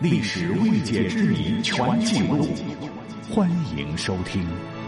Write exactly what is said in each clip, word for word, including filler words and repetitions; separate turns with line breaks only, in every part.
历史未解之谜全记录，欢迎收听。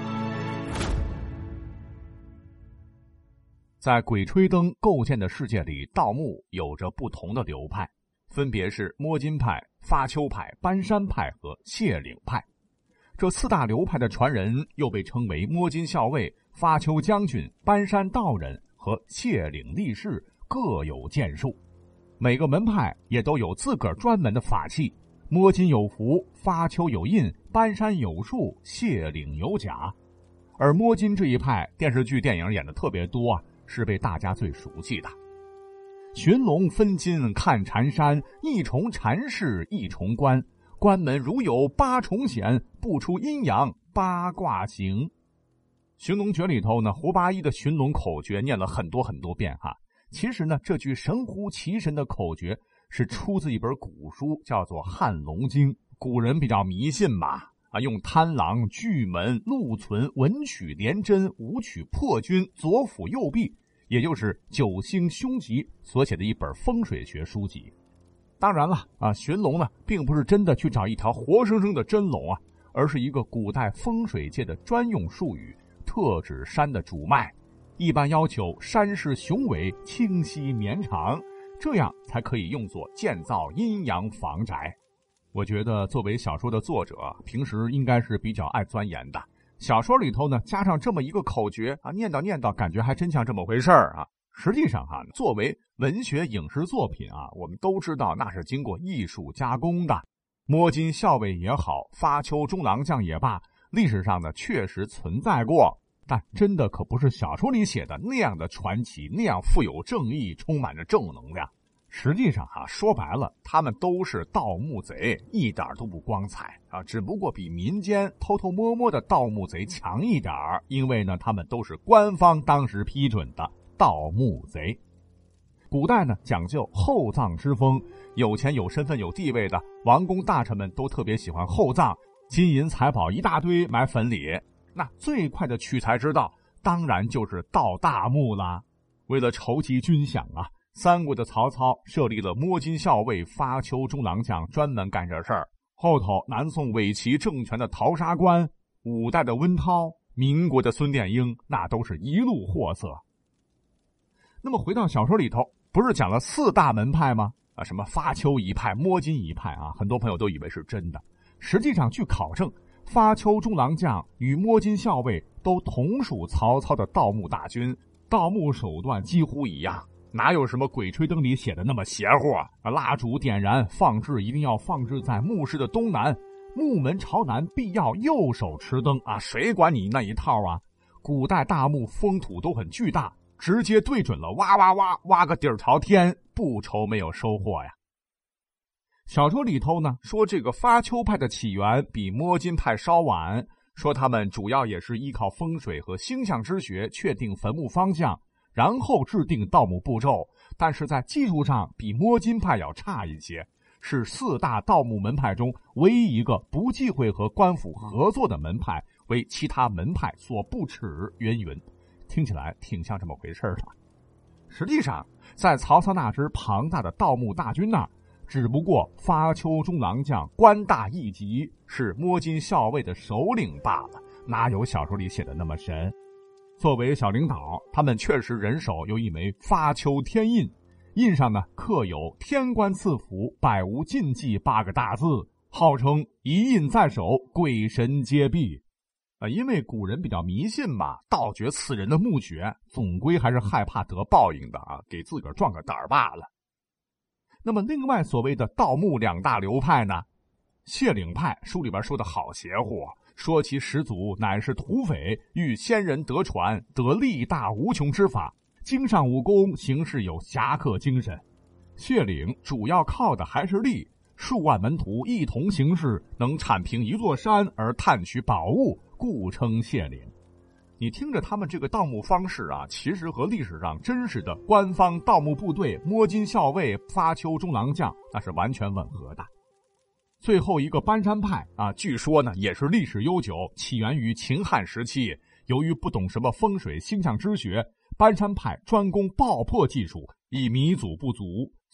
在鬼吹灯构建的世界里，盗墓有着不同的流派，分别是摸金派、发丘派、搬山派和谢岭派。这四大流派的传人又被称为摸金校尉、发丘将军、搬山道人和谢岭力士，各有建树。每个门派也都有自个儿专门的法器，摸金有符，发丘有印，搬山有术，谢岭有甲。而摸金这一派电视剧电影演的特别多啊，是被大家最熟悉的。寻龙分金看缠山，一重缠事一重关，关门如有八重险，不出阴阳八卦行。寻龙诀里头呢，胡八一的寻龙口诀念了很多很多遍哈。其实呢，这句神乎其神的口诀是出自一本古书，叫做《汉龙经》。古人比较迷信嘛，啊，用贪狼、巨门、禄存、文曲、廉贞、武曲、破军、左辅、右弼，也就是九星凶吉所写的一本风水学书籍。当然了啊，寻龙呢，并不是真的去找一条活生生的真龙啊，而是一个古代风水界的专用术语，特指山的主脉。一般要求山势雄伟、清晰绵长，这样才可以用作建造阴阳房宅。我觉得作为小说的作者，平时应该是比较爱钻研的。小说里头呢，加上这么一个口诀啊，念叨念叨，感觉还真像这么回事儿啊。实际上哈、啊，作为文学影视作品啊，我们都知道那是经过艺术加工的。摸金校尉也好，发丘中郎将也罢，历史上呢确实存在过。但真的可不是小说里写的那样的传奇，那样富有正义，充满着正能量。实际上哈、啊，说白了，他们都是盗墓贼，一点都不光彩啊，只不过比民间偷偷摸摸的盗墓贼强一点，因为呢，他们都是官方当时批准的盗墓贼。古代呢，讲究厚葬之风，有钱有身份有地位的王公大臣们都特别喜欢厚葬，金银财宝一大堆埋坟里。那最快的取财之道当然就是盗大墓啦。为了筹集军饷啊，三国的曹操设立了摸金校尉、发丘中郎将，专门干这事儿。后头南宋伪齐政权的陶沙观，五代的温韬，民国的孙殿英，那都是一路货色。那么回到小说里头，不是讲了四大门派吗？啊，什么发丘一派、摸金一派啊，很多朋友都以为是真的。实际上据考证，发丘中郎将与摸金校尉都同属曹操的盗墓大军，盗墓手段几乎一样，哪有什么鬼吹灯里写的那么邪乎啊？蜡烛点燃放置一定要放置在墓室的东南，墓门朝南，必要右手持灯啊！谁管你那一套啊？古代大墓封土都很巨大，直接对准了，挖挖挖，挖个底儿朝天，不愁没有收获呀。小说里头呢，说这个发丘派的起源比摸金派稍晚，说他们主要也是依靠风水和星象之学确定坟墓方向，然后制定盗墓步骤，但是在技术上比摸金派要差一些，是四大盗墓门派中唯一一个不忌讳和官府合作的门派，为其他门派所不齿云云。听起来挺像这么回事的。实际上，在曹操那支庞大的盗墓大军那儿，只不过发丘中郎将官大一级，是摸金校尉的首领罢了，哪有小说里写的那么神？作为小领导，他们确实人手有一枚发丘天印，印上呢刻有天官赐福，百无禁忌八个大字，号称一印在手，鬼神皆避。啊，因为古人比较迷信嘛，盗掘刺人的墓穴，总归还是害怕得报应的啊，给自个儿壮个胆儿罢了。那么另外所谓的盗墓两大流派呢，谢岭派书里边说的好邪乎，说其始祖乃是土匪，遇先人得传，得力大无穷之法，经上武功，行事有侠客精神。谢岭主要靠的还是力，数万门徒一同行事，能铲平一座山而探取宝物，故称谢岭。你听着他们这个盗墓方式啊，其实和历史上真实的官方盗墓部队摸金校尉、发丘中郎将那是完全吻合的。最后一个搬山派啊，据说呢也是历史悠久，起源于秦汉时期。由于不懂什么风水星象之学，搬山派专攻爆破技术，以弥足不足，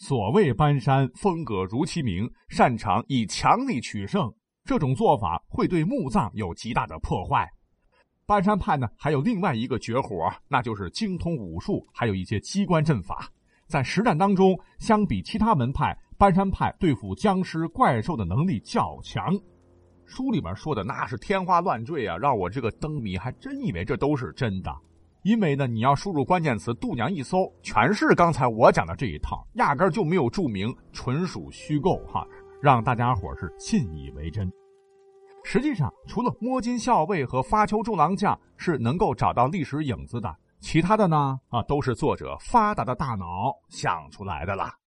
所谓搬山风格如其名，擅长以强力取胜，这种做法会对墓葬有极大的破坏。搬山派呢，还有另外一个绝活，那就是精通武术，还有一些机关阵法。在实战当中，相比其他门派，搬山派对付僵尸怪兽的能力较强。书里面说的那是天花乱坠啊，让我这个灯谜还真以为这都是真的。因为呢，你要输入关键词度娘一搜，全是刚才我讲的这一套，压根儿就没有注明纯属虚构哈，让大家伙是信以为真。实际上，除了摸金校尉和发丘中郎将是能够找到历史影子的，其他的呢啊，都是作者发达的大脑想出来的了。